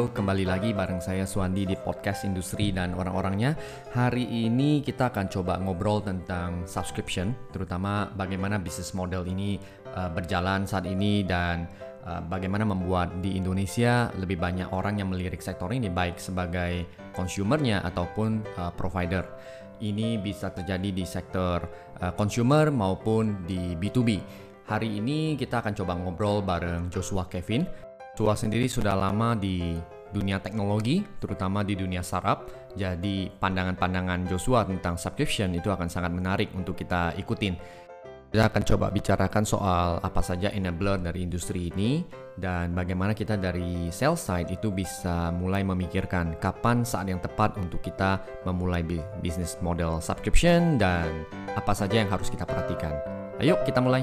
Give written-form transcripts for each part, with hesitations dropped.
Halo, kembali lagi bareng saya Suandi di podcast Industri dan Orang-Orangnya. Hari ini kita akan coba ngobrol tentang subscription, terutama bagaimana bisnis model ini berjalan saat ini dan bagaimana membuat di Indonesia lebih banyak orang yang melirik sektor ini, baik sebagai consumernya ataupun provider. Ini bisa terjadi di sektor consumer maupun di B2B. Hari ini kita akan coba ngobrol bareng Joshua Kevin. Joshua sendiri sudah lama di dunia teknologi, terutama di dunia startup. Jadi pandangan-pandangan Joshua tentang subscription itu akan sangat menarik untuk kita ikutin. Kita akan coba bicarakan soal apa saja enabler dari industri ini dan bagaimana kita dari sales side itu bisa mulai memikirkan kapan saat yang tepat untuk kita memulai bisnis model subscription dan apa saja yang harus kita perhatikan. Ayo kita mulai.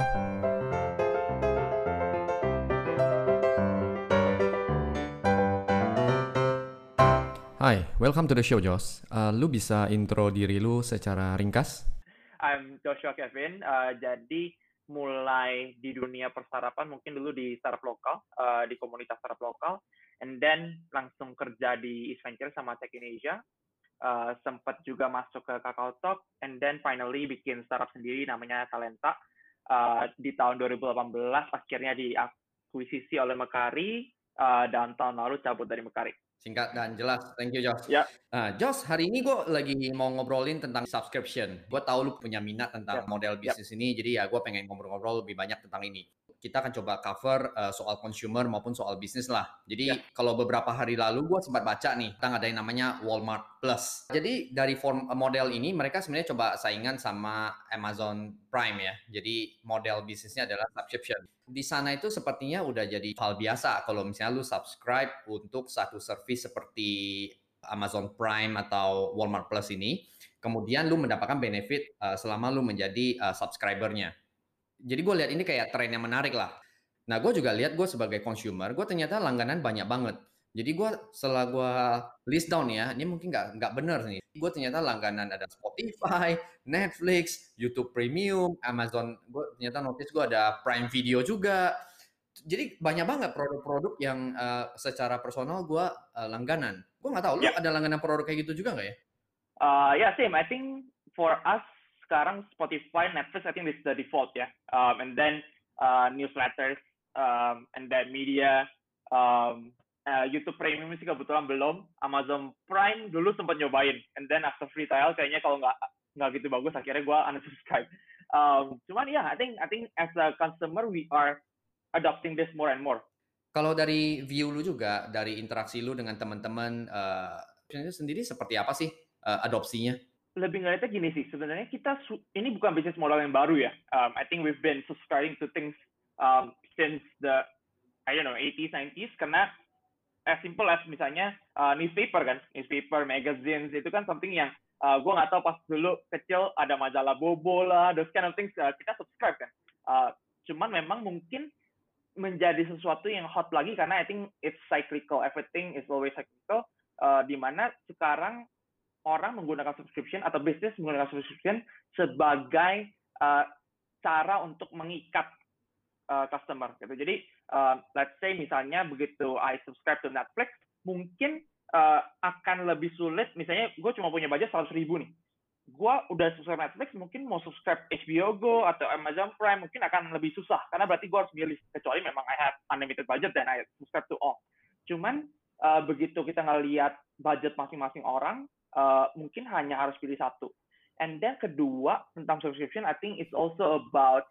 Hai, welcome to the show, Josh. Lu bisa intro diri lu secara ringkas? I'm Joshua Kevin. Jadi mulai di dunia perstartupan mungkin dulu di startup lokal, di komunitas startup lokal, and then langsung kerja di East Venture sama Tech in Asia. Sempat juga masuk ke KakaoTalk, and then finally bikin startup sendiri namanya Talenta. Di tahun 2018 akhirnya diakuisisi oleh Mekari, dan tahun lalu cabut dari Mekari. Singkat dan jelas, thank you Josh. Ya. Josh, hari ini gue lagi mau ngobrolin tentang subscription. Gue tahu lu punya minat tentang Yap. model bisnis ini, jadi ya gue pengen ngobrol-ngobrol lebih banyak tentang ini. Kita akan coba cover soal consumer maupun soal bisnis lah. Jadi kalau beberapa hari lalu gue sempat baca nih, tentang ada yang namanya Walmart Plus. Jadi dari form model ini mereka sebenarnya coba saingan sama Amazon Prime ya. Jadi model bisnisnya adalah subscription. Di sana itu sepertinya udah jadi hal biasa kalau misalnya lu subscribe untuk satu service seperti Amazon Prime atau Walmart Plus ini, kemudian lu mendapatkan benefit selama lu menjadi subscribernya. Jadi gue lihat ini kayak tren yang menarik lah. Nah, gue juga lihat gue sebagai consumer, gue ternyata langganan banyak banget. Jadi gue setelah gue list down ya, ini mungkin nggak bener nih. Gue ternyata langganan ada Spotify, Netflix, YouTube Premium, Amazon. Gue ternyata notice gue ada Prime Video juga. Jadi banyak banget produk-produk yang secara personal gue langganan. Gue nggak tahu, lu ada langganan produk kayak gitu juga nggak ya? Same. I think for us sekarang Spotify, Netflix, I think this is the default ya. And then newsletters, and then media, YouTube Premium sih kebetulan belum. Amazon Prime dulu sempat nyobain, and then after free trial kayaknya kalau nggak gitu bagus, akhirnya gue unsubscribe. Cuman ya, I think as a consumer we are adopting this more and more. Kalau dari view lu juga, dari interaksi lu dengan teman-teman, sendiri seperti apa sih adopsinya? Lebih ngeliatnya gini sih, sebenarnya kita ini bukan bisnis model yang baru ya. I think we've been subscribing to things since the 80s, 90s, karena as simple as misalnya newspaper, magazines, itu kan something yang gue nggak tahu pas dulu kecil ada majalah Bobo lah, those kind of things, kita subscribe kan. Cuman memang mungkin menjadi sesuatu yang hot lagi karena I think it's cyclical, everything is always cyclical, di mana sekarang orang menggunakan subscription atau bisnis menggunakan subscription sebagai cara untuk mengikat customer gitu. Jadi let's say misalnya begitu I subscribe to Netflix, mungkin akan lebih sulit. Misalnya gue cuma punya budget 100.000 nih, gue udah subscribe Netflix, mungkin mau subscribe HBO Go atau Amazon Prime mungkin akan lebih susah karena berarti gue harus milih, kecuali memang I have unlimited budget dan I subscribe to all. Cuman begitu kita ngelihat budget masing-masing orang, mungkin hanya harus pilih satu. And then kedua tentang subscription, I think it's also about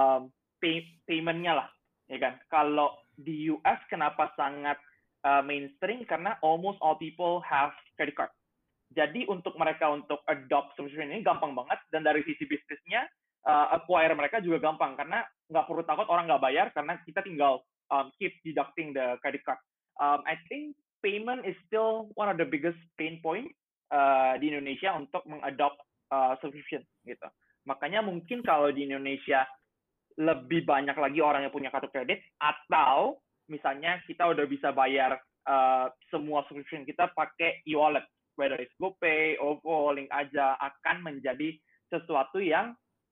payment-nya lah, ya kan? Kalau di US kenapa sangat mainstream, karena almost all people have credit card. Jadi untuk mereka untuk adopt subscription ini gampang banget, dan dari sisi bisnisnya acquire mereka juga gampang karena nggak perlu takut orang nggak bayar karena kita tinggal keep deducting the credit card. I think payment is still one of the biggest pain point di Indonesia untuk mengadopt subscription gitu. Makanya mungkin kalau di Indonesia lebih banyak lagi orang yang punya kartu kredit, atau misalnya kita udah bisa bayar semua subscription kita pakai e-wallet, whether it's GoPay, OVO, Link Aja, akan menjadi sesuatu yang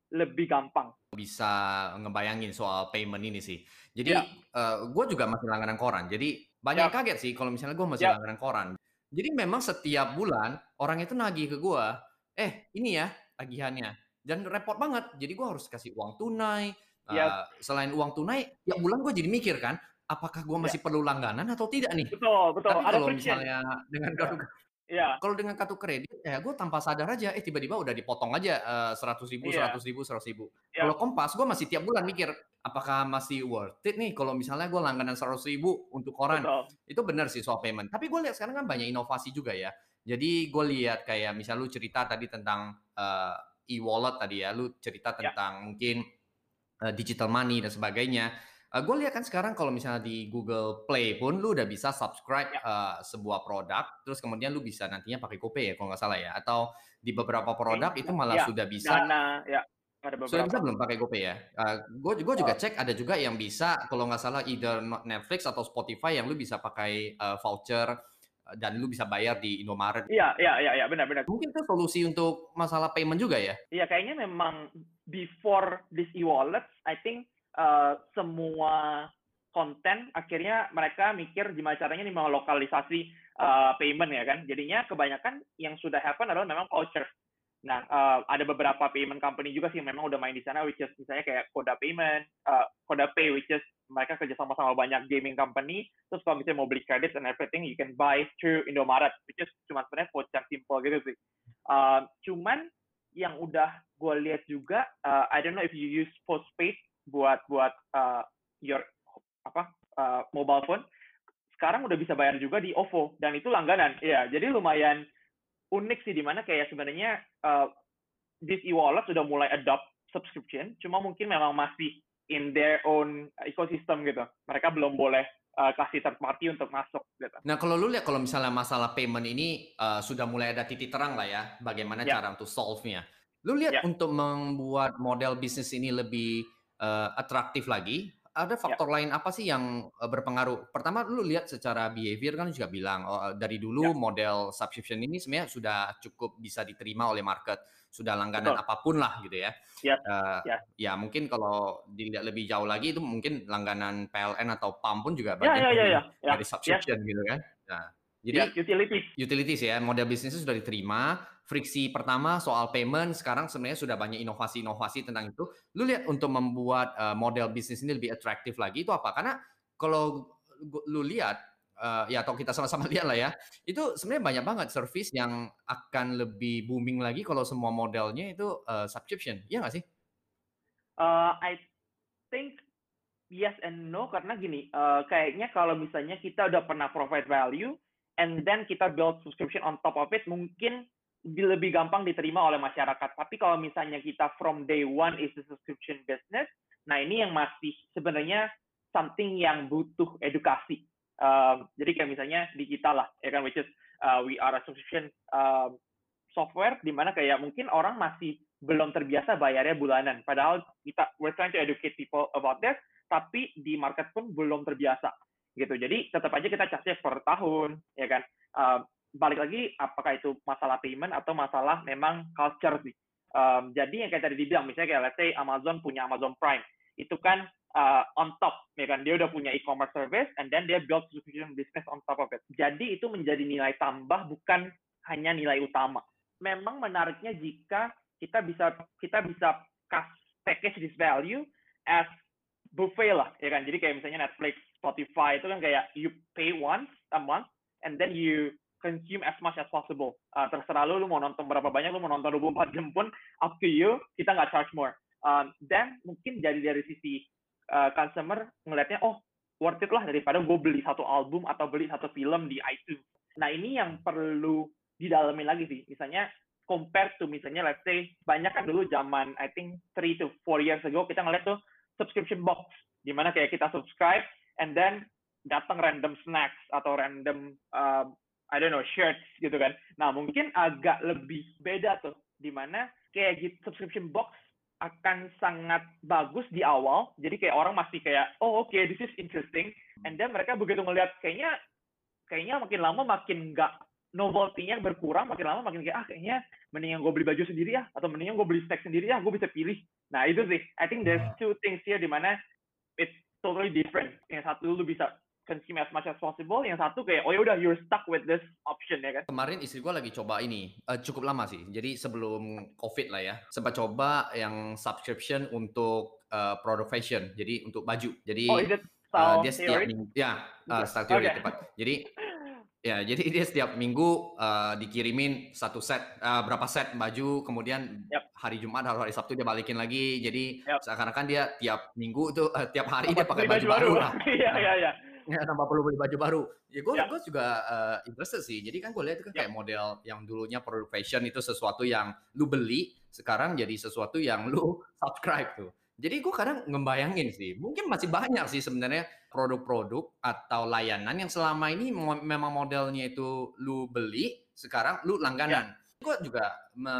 lebih gampang. Bisa ngebayangin soal payment ini sih. Ya, Jadi, gue juga masih langganan koran. Jadi banyak yang ya, kaget sih kalau misalnya gue masih ya, langganan koran. Jadi memang setiap bulan orang itu nagih ke gue, "Eh, ini ya tagihannya." Dan repot banget. Jadi gue harus kasih uang tunai, ya, selain uang tunai, tiap bulan gue jadi mikir kan, apakah gue ya, masih perlu langganan atau tidak nih? betul, betul. Tapi Ada kalau friction. misalnya dengan Ya, kartu ya, kalau dengan kartu kredit, ya gue tanpa sadar aja, tiba-tiba udah dipotong aja, 100.000 iya, 100.000 100.000. ya, Kalau Kompas, gue masih tiap bulan mikir, apakah masih worth it nih kalau misalnya gue langganan 100.000 untuk koran. betul. Itu benar sih soal payment. Tapi gue lihat sekarang kan banyak inovasi juga ya. Jadi gue lihat kayak misal lu cerita tadi tentang, e-wallet tadi ya, lu cerita Ya, tentang mungkin digital money dan sebagainya. Gue lihat kan sekarang kalau misalnya di Google Play pun lu udah bisa subscribe, ya, sebuah produk, terus kemudian lu bisa nantinya pakai GoPay ya kalau nggak salah ya, atau di beberapa produk itu kayaknya, malah ya, Dana, ya, ada sudah bisa beberapa. belum pakai GoPay ya? Gue juga Eh, cek ada juga yang bisa kalau nggak salah either Netflix atau Spotify yang lu bisa pakai, voucher, dan lu bisa bayar di Indomaret. iya, iya, iya, iya, benar, benar. Mungkin itu solusi untuk masalah payment juga ya? Iya, kayaknya memang before this e-wallet, I think semua konten akhirnya mereka mikir gimana caranya nih melokalisasi payment ya kan. Jadinya kebanyakan yang sudah happen adalah memang voucher. Nah, ada beberapa payment company juga sih yang memang udah main di sana, which is misalnya kayak Koda Payment, Koda Pay, which is mereka kerjasama sama banyak gaming company. Terus kalau misalnya mau beli credit and everything, you can buy through Indomaret, which is cuma sebenarnya voucher simple gitu sih. Cuman yang udah gue lihat juga, I don't know if you use postpaid buat buat your apa mobile phone. Sekarang udah bisa bayar juga di OVO dan itu langganan. Ya, jadi lumayan unik sih di mana kayak sebenarnya this e-wallet sudah mulai adopt subscription, cuma mungkin memang masih in their own ecosystem gitu. Mereka belum boleh kasih third party untuk masuk gitu. Nah, kalau lu lihat kalau misalnya masalah payment ini, sudah mulai ada titik terang lah ya, bagaimana Ya, cara untuk solve-nya. Lu lihat ya, untuk membuat model bisnis ini lebih, atraktif lagi, ada ya, faktor lain apa sih yang, berpengaruh? Pertama lu lihat secara behavior kan juga bilang, oh, dari ya, dulu model subscription ini sebenarnya sudah cukup bisa diterima oleh market, sudah langganan betul. apapun lah gitu ya. Yes, Eee, yes. ya mungkin kalau dilihat lebih jauh lagi itu mungkin langganan PLN atau PAM pun juga Ya, bagian ya, ya, dari ya, ya. dari Yes, subscription gitu kan. Nah, yes, jadi utilities. utilities ya, model bisnisnya sudah diterima, friksi pertama soal payment, sekarang sebenarnya sudah banyak inovasi-inovasi tentang itu. Lu lihat untuk membuat, model bisnis ini lebih atraktif lagi itu apa? Karena kalau lu lihat, ya atau kita sama-sama lihat lah ya, itu sebenarnya banyak banget service yang akan lebih booming lagi kalau semua modelnya itu, subscription, iya nggak sih? I think yes and no karena gini, kayaknya kalau misalnya kita udah pernah provide value and then kita build subscription on top of it, mungkin lebih gampang diterima oleh masyarakat. Tapi kalau misalnya kita from day one is a subscription business, nah ini yang masih sebenarnya something yang butuh edukasi. Jadi kayak misalnya di kita lah, ya kan, which is we are a subscription software di mana kayak mungkin orang masih belum terbiasa bayarnya bulanan. Padahal we're trying to educate people about this, tapi di market pun belum terbiasa gitu. Jadi tetap aja kita charge per tahun, ya kan. Balik lagi, apakah itu masalah payment atau masalah memang culture sih. Jadi yang kayak tadi dibilang, misalnya kayak let's say Amazon punya Amazon Prime, itu kan on top, ya kan. Dia udah punya e-commerce service, and then dia build subscription business on top of it. Jadi itu menjadi nilai tambah, bukan hanya nilai utama. Memang menariknya jika kita bisa package this value as buffet lah, ya kan. Jadi kayak misalnya Netflix, Spotify itu kan kayak you pay once a month and then you consume as much as possible. Terserah lu mau nonton berapa banyak, lu mau nonton 24 jam pun up to you, kita nggak charge more. Dan mungkin dari sisi consumer ngelihatnya, oh worth it lah daripada gue beli satu album atau beli satu film di iTunes. Nah ini yang perlu didalamin lagi sih. Misalnya compared to misalnya let's say banyak kan dulu zaman I think 3 to 4 years ago kita ngeliat tuh subscription box di mana kayak kita subscribe and then datang random snacks atau random I don't know shirts gitu kan. Nah mungkin agak lebih beda tuh di mana kayak gitu subscription box akan sangat bagus di awal. Jadi kayak orang masih kayak oh oke, this is interesting, and then mereka begitu ngeliat kayaknya makin lama makin nggak novelty-nya berkurang, makin lama makin kayak kayaknya mendingan gue beli baju sendiri ya, atau mendingan gue beli steak sendiri ya, gue bisa pilih. Nah itu sih, I think there's two things here di mana it's totally different. Yang satu lu bisa consume as much as possible, yang satu kayak oh ya udah you're stuck with this option ya kan. Kemarin istri gue lagi coba ini, cukup lama sih. Jadi sebelum COVID lah ya, sempat coba yang subscription untuk produk fashion. Jadi untuk baju. Oh, Jadi is it style dia setiap theory? minggu, ya style Oke. theory tepat. Jadi ya, jadi dia setiap minggu dikirimin satu set, berapa set baju, kemudian Yep. hari Jumat, hari Sabtu dia balikin lagi. Jadi Yep. seakan-akan dia tiap minggu tuh, tiap hari dia Dapat pakai beli baju baru lah. Iya, Nah, iya, iya. ya, tanpa perlu beli baju baru. Ya gue Ya. juga interested sih. Jadi kan gue lihat itu kan Ya. kayak model yang dulunya produk fashion itu sesuatu yang lu beli, sekarang jadi sesuatu yang lu subscribe tuh. Jadi gue kadang ngebayangin sih, mungkin masih banyak sih sebenarnya produk-produk atau layanan yang selama ini memang modelnya itu lu beli, sekarang lu langganan. Gue juga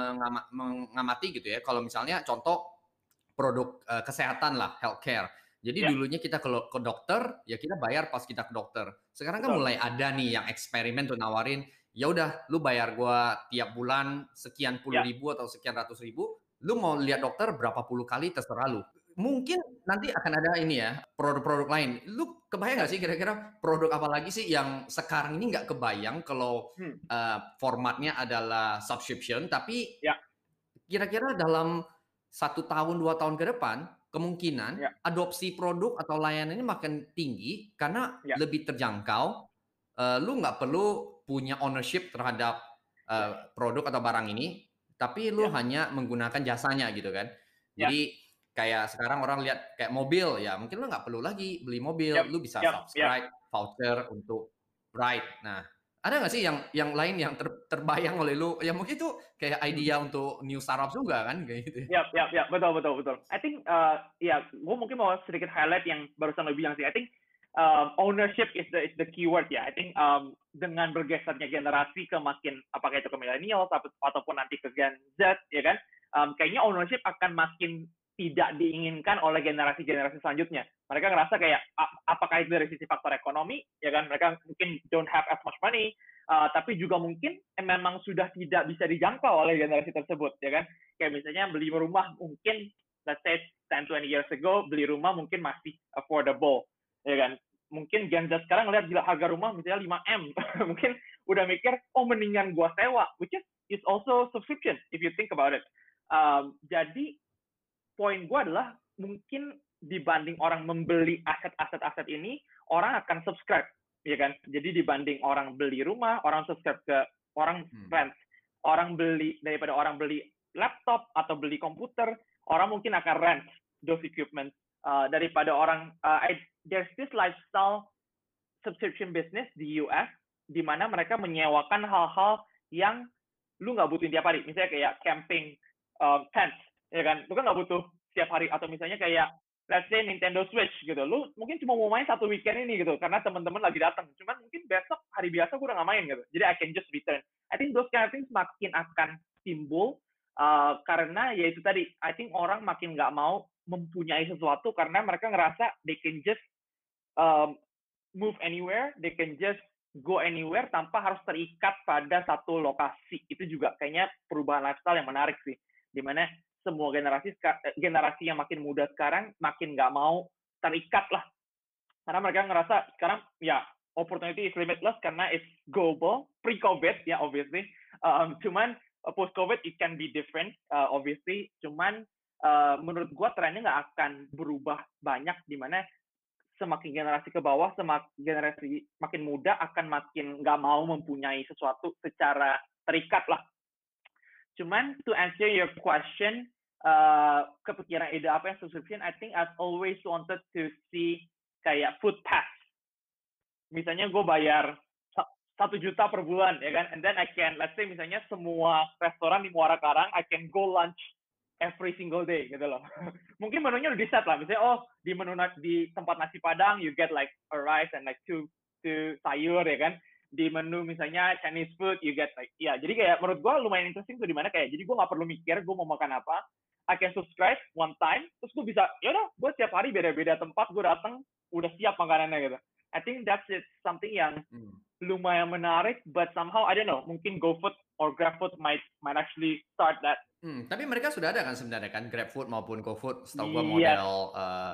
mengamati gitu ya, kalau misalnya contoh produk kesehatan lah, healthcare. Jadi Ya. dulunya kita ke dokter, ya kita bayar pas kita ke dokter. Sekarang kan Betul. mulai ada nih yang eksperimen tuh nawarin, ya udah lu bayar gua tiap bulan sekian puluh ribu atau sekian ratus ribu, lu mau lihat dokter berapa puluh kali terserah lu. Mungkin nanti akan ada ini ya, produk-produk lain. Lu kebayang nggak sih kira-kira produk apa lagi sih yang sekarang ini nggak kebayang kalau formatnya adalah subscription, tapi Ya. kira-kira dalam 1 tahun, 2 tahun ke depan, kemungkinan Ya. adopsi produk atau layanan ini makin tinggi karena Ya. lebih terjangkau. Lu nggak perlu punya ownership terhadap produk atau barang ini, tapi lu hanya menggunakan jasanya gitu kan. Ya. Jadi kayak sekarang orang lihat kayak mobil, ya mungkin lu nggak perlu lagi beli mobil, Yap. lu bisa Yap. subscribe voucher untuk ride. Nah, ada nggak sih yang lain yang terbayang oleh lu? Ya mungkin itu kayak idea untuk new startup juga kan kayak gitu. Ya, betul. I think ya, gue mungkin mau sedikit highlight yang barusan lo bilang sih. I think ownership is the keyword ya. I think dengan bergesernya generasi ke makin apakah itu ke milenial ataupun nanti ke Gen Z ya kan, kayaknya ownership akan makin tidak diinginkan oleh generasi-generasi selanjutnya. Mereka ngerasa kayak apakah itu dari sisi faktor ekonomi ya kan, mereka mungkin don't have as much money, tapi juga mungkin memang sudah tidak bisa dijangkau oleh generasi tersebut ya kan. Kayak misalnya beli rumah mungkin let's say 10-20 years ago beli rumah mungkin masih affordable ya kan. Mungkin Gen Z sekarang ngeliat gila harga rumah misalnya 5M mungkin udah mikir oh mendingan gua sewa, which is also subscription if you think about it. Jadi poin gua adalah mungkin dibanding orang membeli aset ini, orang akan subscribe ya kan. Jadi dibanding orang beli rumah, orang subscribe ke orang rent. Orang beli daripada orang beli laptop atau beli komputer, orang mungkin akan rent those equipment daripada orang there's this lifestyle subscription business di US di mana mereka menyewakan hal-hal yang lu nggak butuhin tiap hari, misalnya kayak camping tents ya kan, lu kan nggak butuh setiap hari, atau misalnya kayak let's say Nintendo Switch gitu, lu mungkin cuma mau main satu weekend ini gitu karena teman-teman lagi datang, cuman mungkin besok hari biasa gue udah nggak main gitu, jadi I can just return. I think those kind of things makin akan timbul karena ya itu tadi, I think orang makin nggak mau mempunyai sesuatu karena mereka ngerasa they can just move anywhere, they can just go anywhere tanpa harus terikat pada satu lokasi. Itu juga kayaknya perubahan lifestyle yang menarik sih, dimana semua generasi yang makin muda sekarang makin nggak mau terikat lah, karena mereka ngerasa sekarang ya opportunity is limitless karena it's global. Pre-COVID ya obviously, cuman post-COVID it can be different obviously, cuman menurut gua trennya nggak akan berubah banyak, dimana semakin generasi ke bawah, semakin generasi makin muda akan makin nggak mau mempunyai sesuatu secara terikat lah. Cuman to answer your question, kepikiran ide apa yang subscription, I think I've always wanted to see kayak food pass. Misalnya gue bayar 1 juta per bulan ya kan, and then I can, let's say misalnya semua restoran di Muara Karang, I can go lunch every single day gitu loh. Mungkin menunya udah di set lah, misalnya oh di menu di tempat nasi Padang you get like a rice and like two sayur ya kan. Di menu misalnya Chinese food you get like ya, jadi kayak menurut gue lumayan interesting tuh, dimana kayak jadi gue nggak perlu mikir gue mau makan apa, I can subscribe one time terus gue bisa ya udah gue setiap hari beda-beda tempat gue datang udah siap makanannya gitu. I think that's it, something yang Hmm. lumayan menarik, but somehow I don't know, mungkin GoFood or GrabFood might actually start that. Tapi mereka sudah ada kan sebenarnya kan GrabFood maupun GoFood, setahu gua Yes, model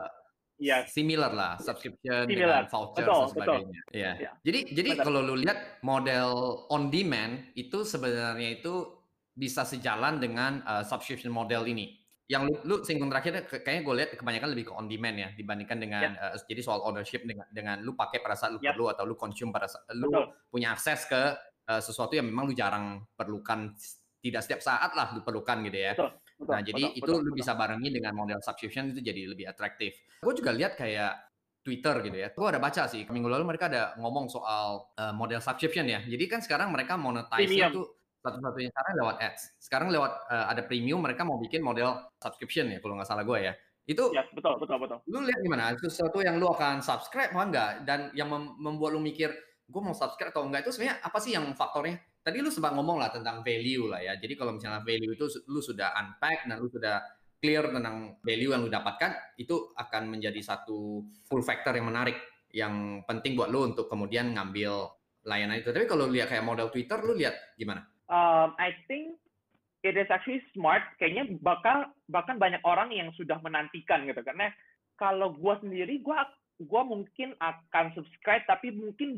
yes, similar lah, yes. subscription dengan Similar. vouchers dan Betul, betul. sebagainya. Iya. Ya, Jadi benar. kalau lu lihat model on demand itu sebenarnya itu bisa sejalan dengan subscription model ini. Yang lu singgung terakhir kayaknya gue lihat kebanyakan lebih ke on demand ya dibandingkan dengan Yes, jadi soal ownership dengan lu pakai pada saat lu yes, perlu atau lu consume pada saat lu betul, punya akses ke sesuatu yang memang lu jarang perlukan, tidak setiap saat lah lu perlukan gitu ya. betul, betul, Nah, jadi betul, itu betul, lu betul. bisa barengi dengan model subscription itu jadi lebih atraktif. Gue juga lihat kayak Twitter gitu ya. Gue ada baca sih, minggu lalu mereka ada ngomong soal model subscription ya. Jadi kan sekarang mereka monetize-nya Premium. tuh satu-satunya cara lewat ads. Sekarang lewat ada premium, mereka mau bikin model subscription ya, kalau nggak salah gue ya. Itu Yes, betul, betul, betul. lu lihat gimana? Sesuatu yang lu akan subscribe apa enggak? Dan yang membuat lu mikir, gue mau subscribe atau enggak itu sebenarnya apa sih yang faktornya? Tadi lu sempat ngomong lah tentang value lah ya. Jadi kalau misalnya value itu lu sudah unpack dan lu sudah clear tentang value yang lu dapatkan, itu akan menjadi satu full factor yang menarik, yang penting buat lu untuk kemudian ngambil layanan itu. Tapi kalau lihat kayak model Twitter, lu lihat gimana? I think it is actually smart. Kayaknya bahkan banyak orang yang sudah menantikan gitu, karena kalau gue sendiri, gue mungkin akan subscribe, tapi mungkin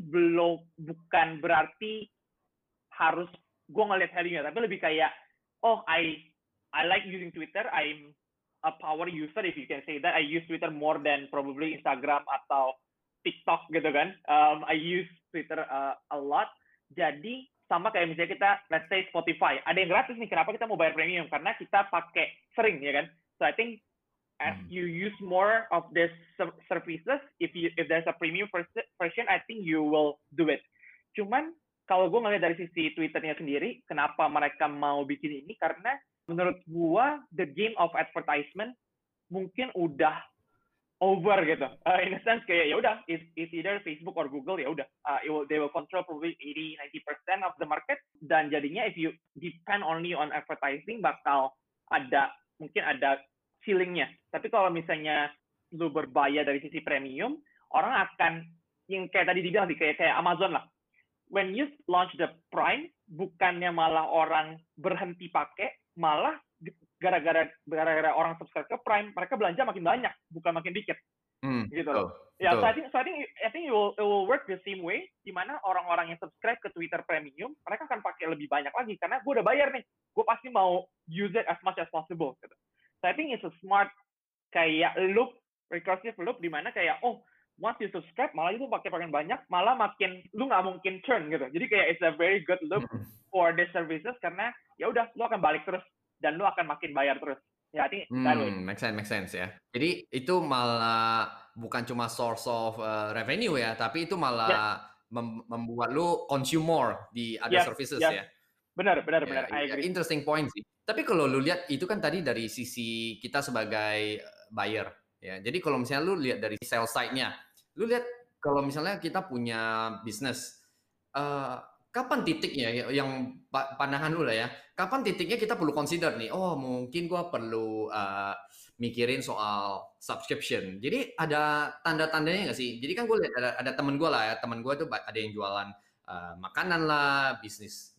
bukan berarti harus gue ngeliat value-nya, tapi lebih kayak, oh I like using Twitter, I'm a power user if you can say that. I use Twitter more than probably Instagram atau TikTok gitu kan. I use Twitter a lot. Jadi sama kayak misalnya kita, let's say Spotify, ada yang gratis nih, kenapa kita mau bayar premium? Karena kita pakai sering ya kan. So I think as you use more of these services, if there's a premium version, I think you will do it. Cuman kalau gue ngeliat dari sisi Twitternya sendiri, kenapa mereka mau bikin ini? Karena menurut gue the game of advertisement mungkin udah over gitu. In a sense kayak ya udah, it's either Facebook or Google, ya udah, they will control probably 80-90% of the market, dan jadinya if you depend only on advertising bakal mungkin ada ceilingnya. Tapi kalau misalnya lu berbayar dari sisi premium, orang akan yang kayak tadi dibilang sih, kayak Amazon lah. When you launch the Prime, bukannya malah orang berhenti pakai, malah gara-gara orang subscribe ke Prime, mereka belanja makin banyak, bukan makin dikit. Gitu loh. Ya, so I think it will work the same way, di mana orang-orang yang subscribe ke Twitter Premium, mereka akan pakai lebih banyak lagi, karena gue udah bayar nih, gue pasti mau use it as much as possible. Gitu. So I think it's a smart kayak loop, recursive loop, di mana kayak, oh, once you subscribe, malah itu pakai banyak, malah makin lu nggak mungkin churn gitu. Jadi kayak it's a very good loop for the services, karena ya udah lu akan balik terus dan lu akan makin bayar terus. Ya, I think that way. Make sense ya. Jadi itu malah bukan cuma source of revenue ya, tapi itu malah membuat lu consume more di other services ya. Benar. I agree. Interesting point sih. Tapi kalau lu lihat itu kan tadi dari sisi kita sebagai buyer ya. Jadi kalau misalnya lu lihat dari sales side-nya, lu lihat kalau misalnya kita punya bisnis, kapan titiknya yang pandangan lu lah ya, kapan titiknya kita perlu consider nih, oh mungkin gua perlu mikirin soal subscription. Jadi ada tanda-tandanya nggak sih? Jadi kan gue lihat ada temen gue lah ya, temen gue tuh ada yang jualan makanan lah, bisnis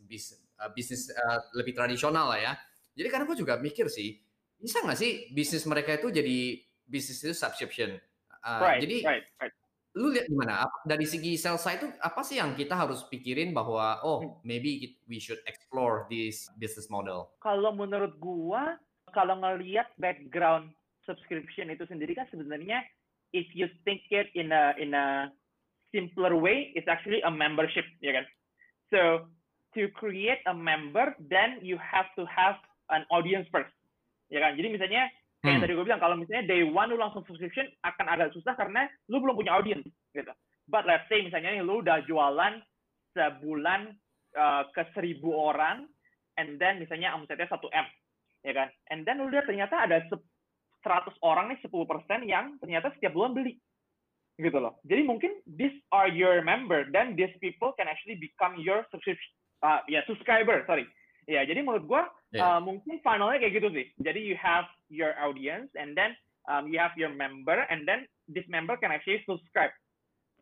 lebih tradisional lah ya. Jadi karena gue juga mikir sih, bisa nggak sih bisnis mereka itu jadi bisnis itu subscription? Jadi lu lihat gimana? Dari segi sales side itu apa sih yang kita harus pikirin bahwa maybe we should explore this business model? Kalau menurut gua, kalau ngelihat background subscription itu sendiri kan sebenarnya if you think it in a simpler way, it's actually a membership, ya kan? So to create a member, then you have to have an audience first, ya kan? Jadi misalnya kayak tadi gue bilang, kalau misalnya day one lu langsung subscription akan agak susah karena lu belum punya audience gitu. But let's say misalnya lu udah jualan sebulan ke 1.000 orang, and then misalnya omsetnya 1 M, ya kan? And then lu lihat ternyata ada 100 orang nih, 10% yang ternyata setiap bulan beli. Gitu loh. Jadi mungkin these are your member, then these people can actually become your subscriber, sorry. Ya, jadi menurut gua mungkin finalnya kayak gitu sih. Jadi you have your audience, and then you have your member, and then this member can actually subscribe.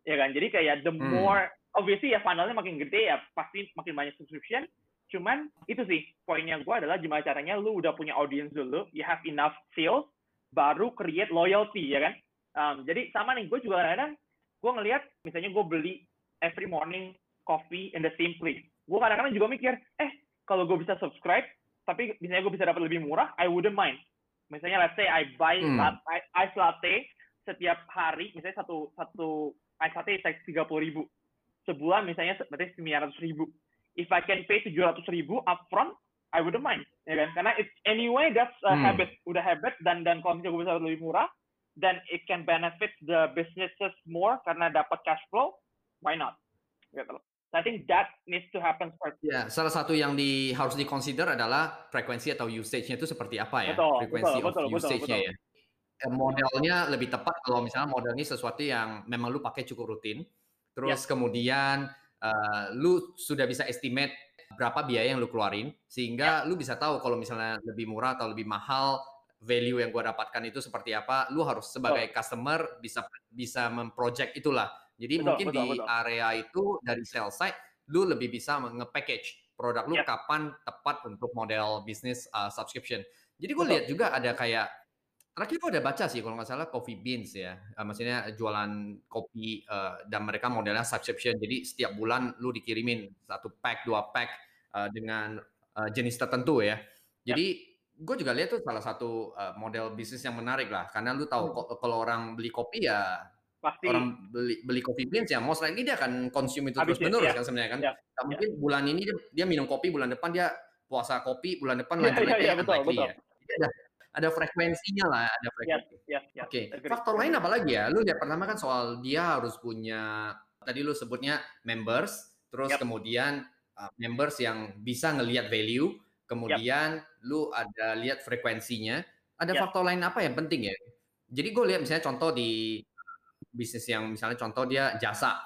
ya kan? Jadi kayak the more, obviously ya funnelnya makin gede ya pasti makin banyak subscription. Cuman itu sih poinnya gue adalah gimana caranya lu udah punya audience dulu, you have enough sales, baru create loyalty ya kan. Jadi sama nih, gue juga kadang-kadang gue ngelihat misalnya gue beli every morning coffee in the same place. Gue kadang-kadang juga mikir, kalau gue bisa subscribe, tapi misalnya gue bisa dapat lebih murah, I wouldn't mind. Misalnya let's say I buy ice latte setiap hari, misalnya satu ice latte is like 30.000. Sebulan misalnya berarti 900.000. If I can pay 700.000 upfront, I wouldn't mind, ya kan? Karena it's anyway that's a habit, udah habit, dan kalau misalnya gue bisa lebih murah, then it can benefit the businesses more karena dapat cash flow, why not? Gitu. So I think that needs to happen first. Ya, salah satu yang harus di-consider adalah frekuensi atau usage-nya itu seperti apa ya? Frequency of usage-nya ya. Modelnya lebih tepat kalau misalnya model ini sesuatu yang memang lu pakai cukup rutin, terus kemudian lu sudah bisa estimate berapa biaya yang lu keluarin, sehingga lu bisa tahu kalau misalnya lebih murah atau lebih mahal, value yang gua dapatkan itu seperti apa. Lu harus sebagai customer bisa memproject itulah. Jadi mungkin di area itu dari sales side, lu lebih bisa nge-package produk lu kapan tepat untuk model bisnis subscription. Jadi gue lihat juga ada kayak terakhir gue ada baca sih kalau nggak salah Coffee Beans ya, maksudnya jualan kopi dan mereka modelnya subscription. Jadi setiap bulan lu dikirimin 1 pack, 2 pack dengan jenis tertentu ya. Jadi gue juga lihat tuh salah satu model bisnis yang menarik lah, karena lu tahu kalau orang beli kopi ya pasti orang beli Coffee Beans ya most likely dia akan consume itu terus menerus kan sebenarnya kan. Mungkin bulan ini dia minum kopi, bulan depan dia puasa kopi, bulan depan lanjut lagi unlikely ya. Jadi ada frekuensinya lah, ada frekuensi. Oke, faktor lain apa lagi ya? Lu lihat pertama kan soal dia harus punya, tadi lu sebutnya members, terus kemudian members yang bisa ngelihat value, kemudian lu ada lihat frekuensinya. Ada faktor lain apa yang penting ya? Jadi gue lihat misalnya contoh di bisnis yang misalnya contoh dia jasa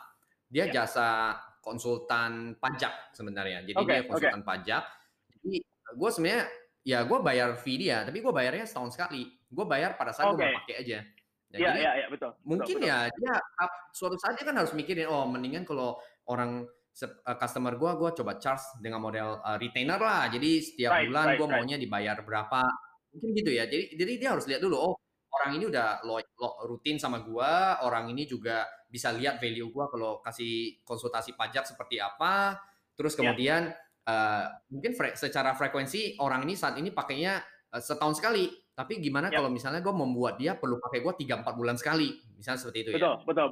konsultan pajak sebenarnya. Jadi dia konsultan pajak. Jadi gue sebenarnya ya gue bayar fee dia, tapi gue bayarnya setahun sekali. Gue bayar pada saat gue mau pakai aja. Jadi betul. Mungkin ya dia suatu saat dia kan harus mikirin, mendingan kalau orang customer gue coba charge dengan model retainer lah. Jadi setiap bulan gue maunya dibayar berapa. Mungkin gitu ya. Jadi dia harus lihat dulu, orang ini udah rutin sama gue, orang ini juga bisa lihat value gue kalau kasih konsultasi pajak seperti apa. Terus kemudian mungkin secara frekuensi orang ini saat ini pakainya setahun sekali. Tapi gimana kalau misalnya gue membuat dia perlu pakai gue 3-4 bulan sekali, misalnya seperti itu ya. Betul.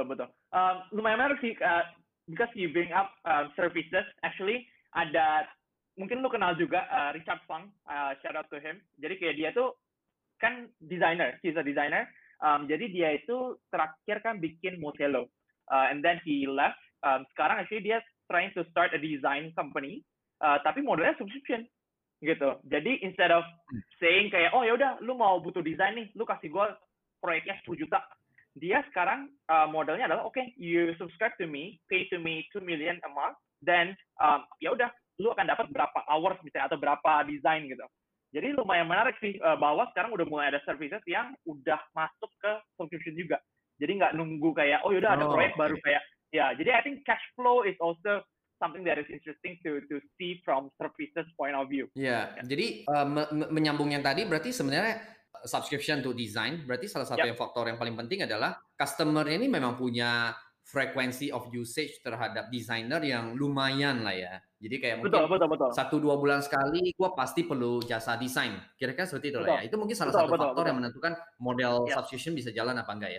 Lumayan menarik sih, because you bring up services. Actually ada, mungkin lu kenal juga Richard Fang, shout out to him. Jadi kayak dia tuh kan designer, he's a designer. Jadi dia itu terakhir kan bikin Motello, and then he left. Sekarang actually dia trying to start a design company, tapi modelnya subscription gitu. Jadi instead of saying kayak ya udah lu mau butuh desain nih, lu kasih gue proyeknya 10 juta. Dia sekarang modelnya adalah you subscribe to me, pay to me 2 million a month, then ya udah lu akan dapat berapa hours misalnya atau berapa desain gitu. Jadi lumayan menarik sih bahwa sekarang udah mulai ada services yang udah masuk ke subscription juga. Jadi nggak nunggu kayak yaudah ada proyek baru kayak jadi I think cash flow is also something that is interesting to see from services point of view. Jadi menyambung yang tadi berarti sebenarnya subscription to design berarti salah satu yang faktor yang paling penting adalah customer ini memang punya frekuensi of usage terhadap desainer yang lumayan lah ya. Jadi kayak mungkin 1-2 bulan sekali gue pasti perlu jasa desain. Kira-kira seperti itu lah ya. Itu mungkin salah satu faktor yang menentukan model subscription bisa jalan apa enggak ya.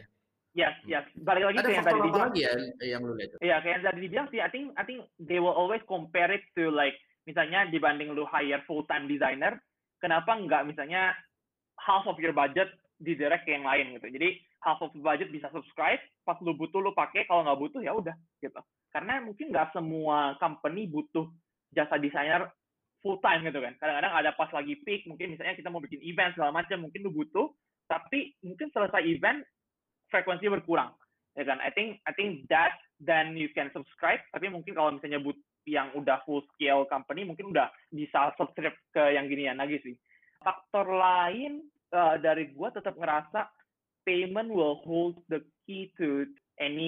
Balik lagi ada kayak yang tadi dibilang lagi ya yang lu lihat. Kayak yang tadi dibilang sih, I think they will always compare it to like misalnya dibanding lu hire full time designer, kenapa nggak misalnya half of your budget didirect ke yang lain gitu. Jadi half of the budget bisa subscribe, pas lu butuh lu pakai, kalau nggak butuh ya udah gitu. Karena mungkin nggak semua company butuh jasa desainer full time gitu kan. Kadang-kadang ada pas lagi peak, mungkin misalnya kita mau bikin event segala macam, mungkin lu butuh, tapi mungkin selesai event frekuensi berkurang, ya kan? I think that then you can subscribe. Tapi mungkin kalau misalnya yang udah full scale company, mungkin udah bisa subscribe ke yang ginian lagi sih. Faktor lain dari gua tetap ngerasa payment will hold the key to any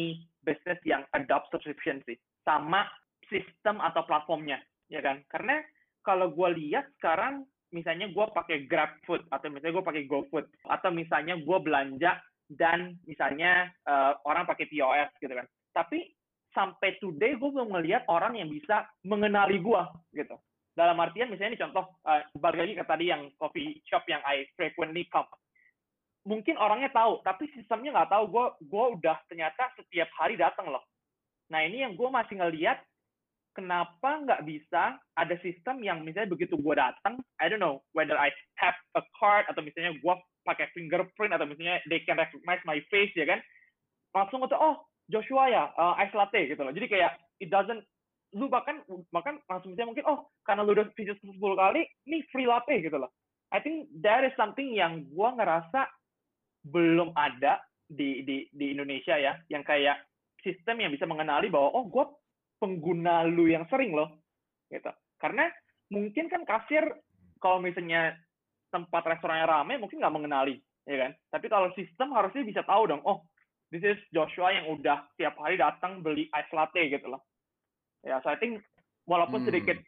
business yang adopt subscription sih, sama sistem atau platformnya, ya kan? Karena kalau gue lihat sekarang, misalnya gue pakai GrabFood atau misalnya gue pakai GoFood atau misalnya gue belanja dan misalnya orang pakai POS gitu kan. Tapi sampai today gue belum melihat orang yang bisa mengenali gue gitu. Dalam artian misalnya ini contoh, balik lagi ke tadi yang coffee shop yang I frequently come. Mungkin orangnya tahu, tapi sistemnya nggak tahu gue udah ternyata setiap hari datang loh. Nah ini yang gue masih ngelihat, kenapa nggak bisa ada sistem yang misalnya begitu gue datang, I don't know whether I tap a card atau misalnya gue pakai fingerprint atau misalnya they can recognize my face ya kan, langsung atau oh Joshua ya, ice latte gitu loh. Jadi kayak it doesn't, lu bahkan langsung misalnya mungkin oh karena lu udah visit 10 kali, ini free latte gitu loh. I think that is something yang gue ngerasa belum ada di Indonesia ya, yang kayak sistem yang bisa mengenali bahwa oh gue pengguna lu yang sering loh gitu. Karena mungkin kan kasir kalau misalnya tempat restorannya ramai mungkin nggak mengenali ya kan, tapi kalau sistem harusnya bisa tahu dong, oh this is Joshua yang udah tiap hari datang beli ice latte gitu loh ya. So I think walaupun sedikit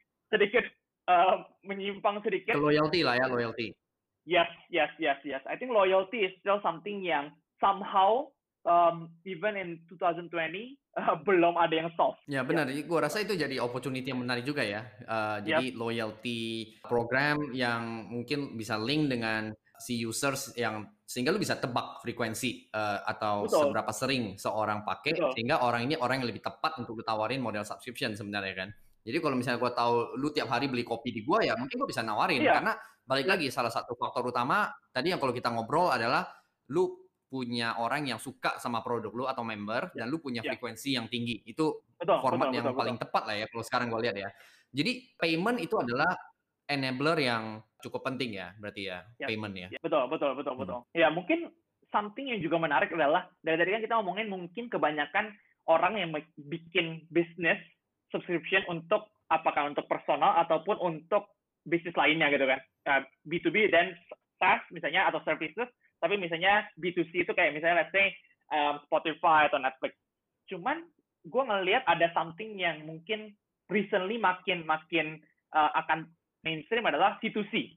menyimpang sedikit, Ke loyalty lah ya, loyalty. yes. I think loyalty is still something yang somehow even in 2020 belum ada yang solve. Ya benar, gue rasa itu jadi opportunity yang menarik juga ya. Jadi loyalty program yang mungkin bisa link dengan si users yang sehingga lu bisa tebak frekuensi atau Betul. seberapa sering seorang pakai, Betul. sehingga orang ini orang yang lebih tepat untuk lu tawarin model subscription sebenarnya kan. Jadi kalau misalnya gue tahu lu tiap hari beli kopi di gue ya mungkin gue bisa nawarin, Iya. karena balik lagi salah satu faktor utama tadi yang kalau kita ngobrol adalah lu punya orang yang suka sama produk lu atau member dan lu punya frekuensi yang tinggi. Itu format yang paling tepat lah ya kalau sekarang gue lihat ya. Jadi payment itu adalah enabler yang cukup penting ya berarti ya, payment ya. Betul. Ya mungkin something yang juga menarik adalah dari tadi kan kita ngomongin mungkin kebanyakan orang yang bikin bisnis subscription untuk apakah untuk personal ataupun untuk bisnis lainnya gitu kan, B2B dan SaaS misalnya atau services, tapi misalnya B2C itu kayak misalnya let's say Spotify atau Netflix. Cuman gue ngelihat ada something yang mungkin recently makin akan mainstream adalah C2C.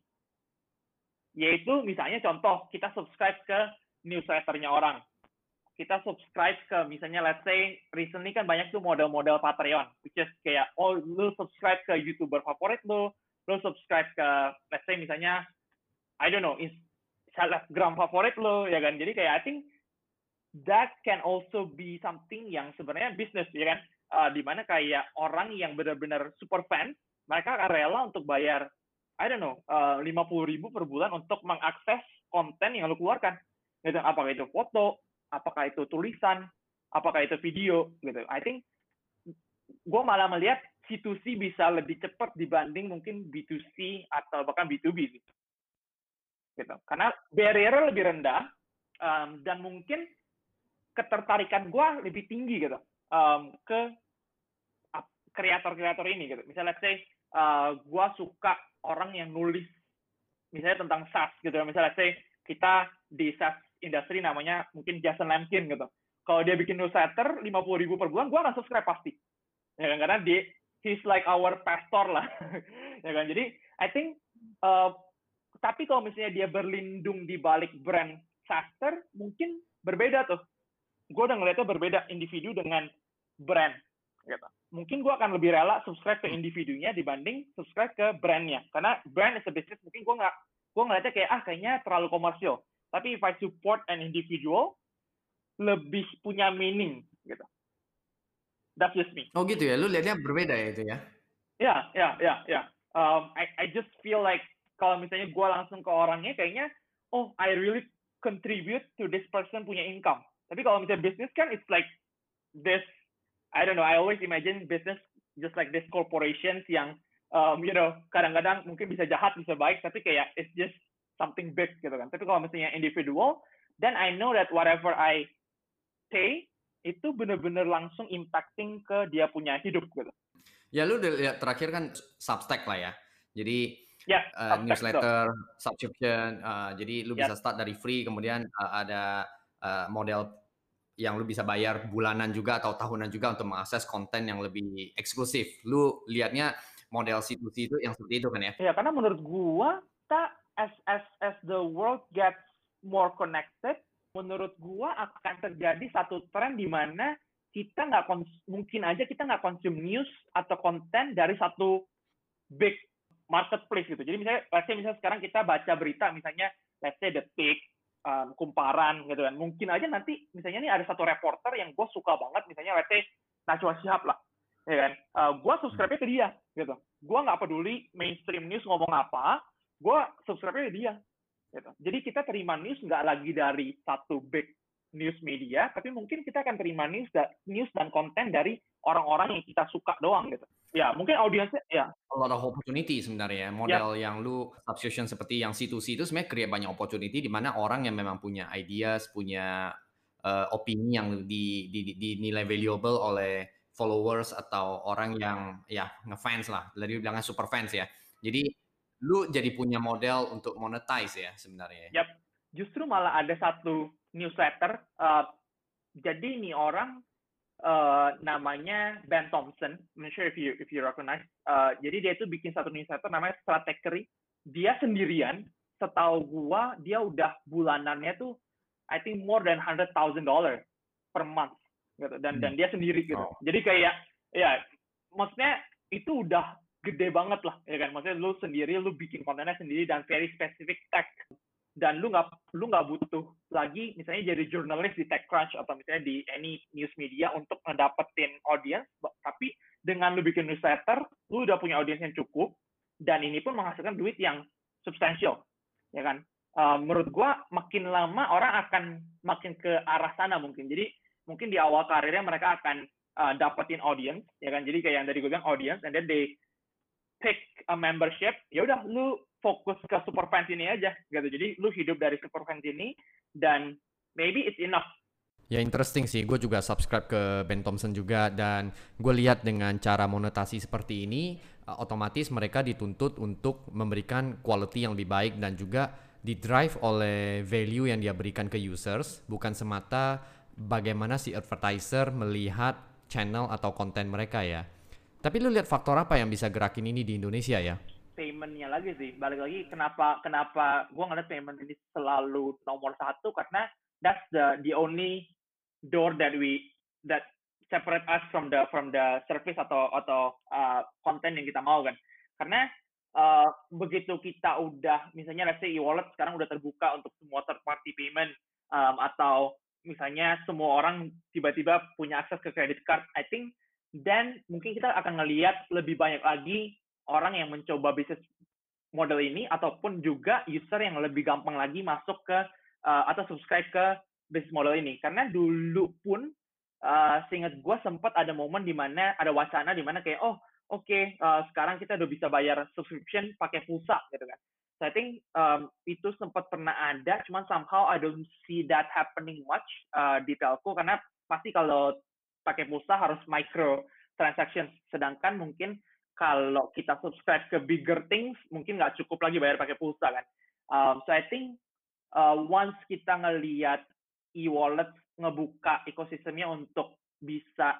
Yaitu misalnya contoh kita subscribe ke newsletternya orang. Kita subscribe ke misalnya let's say recently kan banyak tuh model-model Patreon, which is kayak oh lu subscribe ke YouTuber favorit lu subscribe ke let's say misalnya I don't know selebgram favorit lo ya kan. Jadi kayak I think that can also be something yang sebenarnya bisnis ya kan, dimana kayak orang yang benar-benar super fan mereka akan rela untuk bayar I don't know 50.000 per bulan untuk mengakses konten yang lo keluarkan gitu. Apakah itu foto, apakah itu tulisan, apakah itu video gitu. I think gue malah melihat C2C bisa lebih cepat dibanding mungkin B2C atau bahkan B2B gitu. Karena barrier lebih rendah dan mungkin ketertarikan gue lebih tinggi gitu ke kreator-kreator ini gitu. Misalnya let's say gue suka orang yang nulis misalnya tentang SaaS gitu. Misalnya let's say kita di SaaS industry namanya mungkin Jason Lemkin gitu. Kalau dia bikin newsletter 50.000 per bulan, gue akan subscribe pasti. Ya kan, karena he's like our pastor lah. Ya kan, jadi I think tapi kalau misalnya dia berlindung di balik brand SaaSer, mungkin berbeda tuh. Gue udah ngeliatnya berbeda individu dengan brand. Gitu. Mungkin gue akan lebih rela subscribe ke individunya dibanding subscribe ke brandnya. Karena brand is a business, mungkin gue ngeliatnya kayak kayaknya terlalu komersial. Tapi if I support an individual, lebih punya meaning. Gitu. That's just me. Oh gitu ya, lu lihatnya berbeda ya itu ya? Ya. I just feel like kalau misalnya gue langsung ke orangnya kayaknya oh I really contribute to this person punya income. Tapi kalau misalnya bisnis kan it's like this, I don't know, I always imagine business just like this corporations yang kadang-kadang mungkin bisa jahat bisa baik, tapi kayak it's just something big gitu kan. Tapi kalau misalnya individual, then I know that whatever I say itu benar-benar langsung impacting ke dia punya hidup gitu. Ya lu udah lihat terakhir kan Substack lah ya. Jadi newsletter, subscription, jadi lu bisa start dari free, kemudian ada model yang lu bisa bayar bulanan juga atau tahunan juga untuk mengakses konten yang lebih eksklusif. Lu lihatnya model C2C itu yang seperti itu kan ya? Ya, karena menurut gua kita as the world gets more connected, menurut gua akan terjadi satu tren di mana kita mungkin aja kita nggak consume news atau konten dari satu big marketplace gitu. Jadi misalnya sekarang kita baca berita misalnya let's say Detik, Kumparan gitu kan. Mungkin aja nanti misalnya nih ada satu reporter yang gue suka banget misalnya let's say Najwa Shihab lah. Ya kan? Gue subscribe-nya ke dia gitu. Gue nggak peduli mainstream news ngomong apa, gue subscribe-nya ke dia. Gitu. Jadi kita terima news nggak lagi dari satu big news media, tapi mungkin kita akan terima news dan konten dari orang-orang yang kita suka doang gitu. Ya, mungkin audiensnya ya. A lot of opportunity sebenarnya ya. Model yang lu subscription seperti yang C2C itu sebenarnya create banyak opportunity di mana orang yang memang punya ideas, punya opini yang dinilai valuable oleh followers atau orang yang ya ngefans lah. Dari bilangnya super fans ya. Jadi lu jadi punya model untuk monetize ya sebenarnya. Yap. Justru malah ada satu newsletter. Jadi ini orang namanya Ben Thompson. I'm not sure if you recognize. Jadi dia itu bikin satu newsletter namanya Strategy. Dia sendirian. Setahu gua dia udah bulanannya tuh I think more than $100,000 per month gitu. Dan dia sendiri gitu. Jadi kayak ya maksudnya itu udah gede banget lah ya kan. Maksudnya lu sendiri lu bikin kontennya sendiri dan very specific tech. Dan lu nggak butuh lagi misalnya jadi jurnalis di TechCrunch atau misalnya di any news media untuk ngedapetin audience, tapi dengan lu bikin newsletter lu udah punya audiens yang cukup dan ini pun menghasilkan duit yang substansial ya kan. Menurut gua makin lama orang akan makin ke arah sana mungkin. Jadi mungkin di awal karirnya mereka akan dapetin audience ya kan. Jadi kayak yang tadi gue bilang audience and then they pick a membership, ya udah lu fokus ke superfans ini aja gitu. Jadi lu hidup dari superfans ini dan maybe it's enough. Ya interesting sih, gue juga subscribe ke Ben Thompson juga dan gue lihat dengan cara monetasi seperti ini otomatis mereka dituntut untuk memberikan quality yang lebih baik dan juga didrive oleh value yang dia berikan ke users, bukan semata bagaimana si advertiser melihat channel atau konten mereka ya. Tapi lu lihat faktor apa yang bisa gerakin ini di Indonesia ya? Payment-nya lagi sih, balik lagi kenapa gue ngeliat payment ini selalu nomor satu karena that's the only door that separate us from the service atau konten yang kita mau kan. Karena begitu kita udah misalnya let's say e-wallet sekarang udah terbuka untuk semua third party payment atau misalnya semua orang tiba-tiba punya akses ke credit card, I think dan mungkin kita akan ngelihat lebih banyak lagi orang yang mencoba bisnis model ini ataupun juga user yang lebih gampang lagi masuk ke atau subscribe ke bisnis model ini. Karena dulu pun seingat gue sempat ada momen di mana ada wacana di mana kayak sekarang kita udah bisa bayar subscription pakai pulsa gitu kan. So I think itu sempat pernah ada, cuman somehow I don't see that happening much di telco karena pasti kalau pakai pulsa harus micro transaction, sedangkan mungkin kalau kita subscribe ke bigger things mungkin nggak cukup lagi bayar pakai pulsa kan. So I think once kita ngelihat e-wallet ngebuka ekosistemnya untuk bisa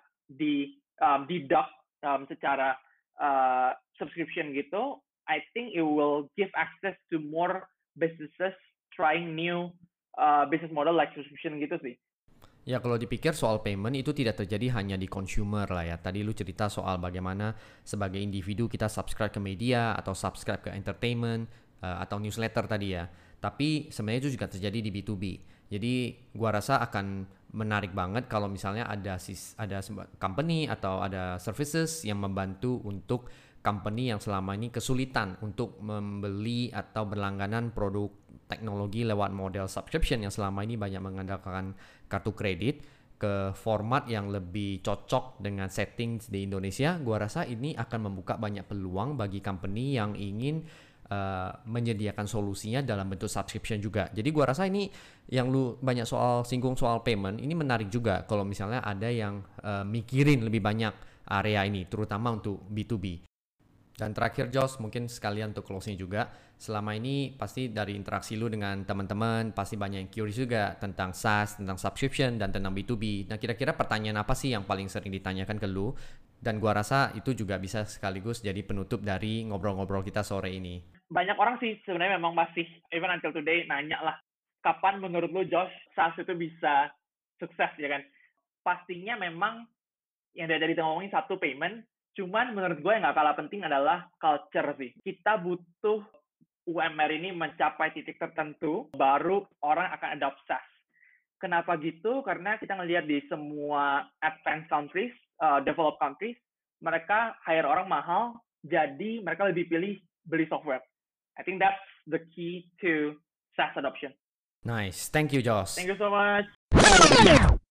deduct secara subscription gitu, I think it will give access to more businesses trying new business model like subscription gitu sih. Ya kalau dipikir soal payment itu tidak terjadi hanya di consumer lah ya. Tadi lu cerita soal bagaimana sebagai individu kita subscribe ke media atau subscribe ke entertainment atau newsletter tadi ya. Tapi sebenarnya itu juga terjadi di B2B. Jadi gua rasa akan menarik banget kalau misalnya ada company atau ada services yang membantu untuk company yang selama ini kesulitan untuk membeli atau berlangganan produk teknologi lewat model subscription yang selama ini banyak mengandalkan kartu kredit ke format yang lebih cocok dengan settings di Indonesia. Gua rasa ini akan membuka banyak peluang bagi company yang ingin menyediakan solusinya dalam bentuk subscription juga. Jadi gua rasa ini yang lu banyak singgung soal payment ini menarik juga kalau misalnya ada yang mikirin lebih banyak area ini terutama untuk B2B. Dan terakhir Jos, mungkin sekalian untuk closing juga, selama ini pasti dari interaksi lu dengan teman-teman, pasti banyak yang curious juga tentang SaaS, tentang subscription, dan tentang B2B. Nah kira-kira pertanyaan apa sih yang paling sering ditanyakan ke lu? Dan gua rasa itu juga bisa sekaligus jadi penutup dari ngobrol-ngobrol kita sore ini. Banyak orang sih sebenarnya memang masih, even until today, nanya lah, kapan menurut lu Josh, SaaS itu bisa sukses ya kan? Pastinya memang yang dari kita ngomongin satu payment, cuman menurut gue yang nggak kalah penting adalah culture sih. Kita butuh UMR ini mencapai titik tertentu, baru orang akan adopt SaaS. Kenapa gitu? Karena kita ngelihat di semua advanced countries, developed countries, mereka hire orang mahal, jadi mereka lebih pilih beli software. I think that's the key to SaaS adoption. Nice, thank you Jos. Thank you so much.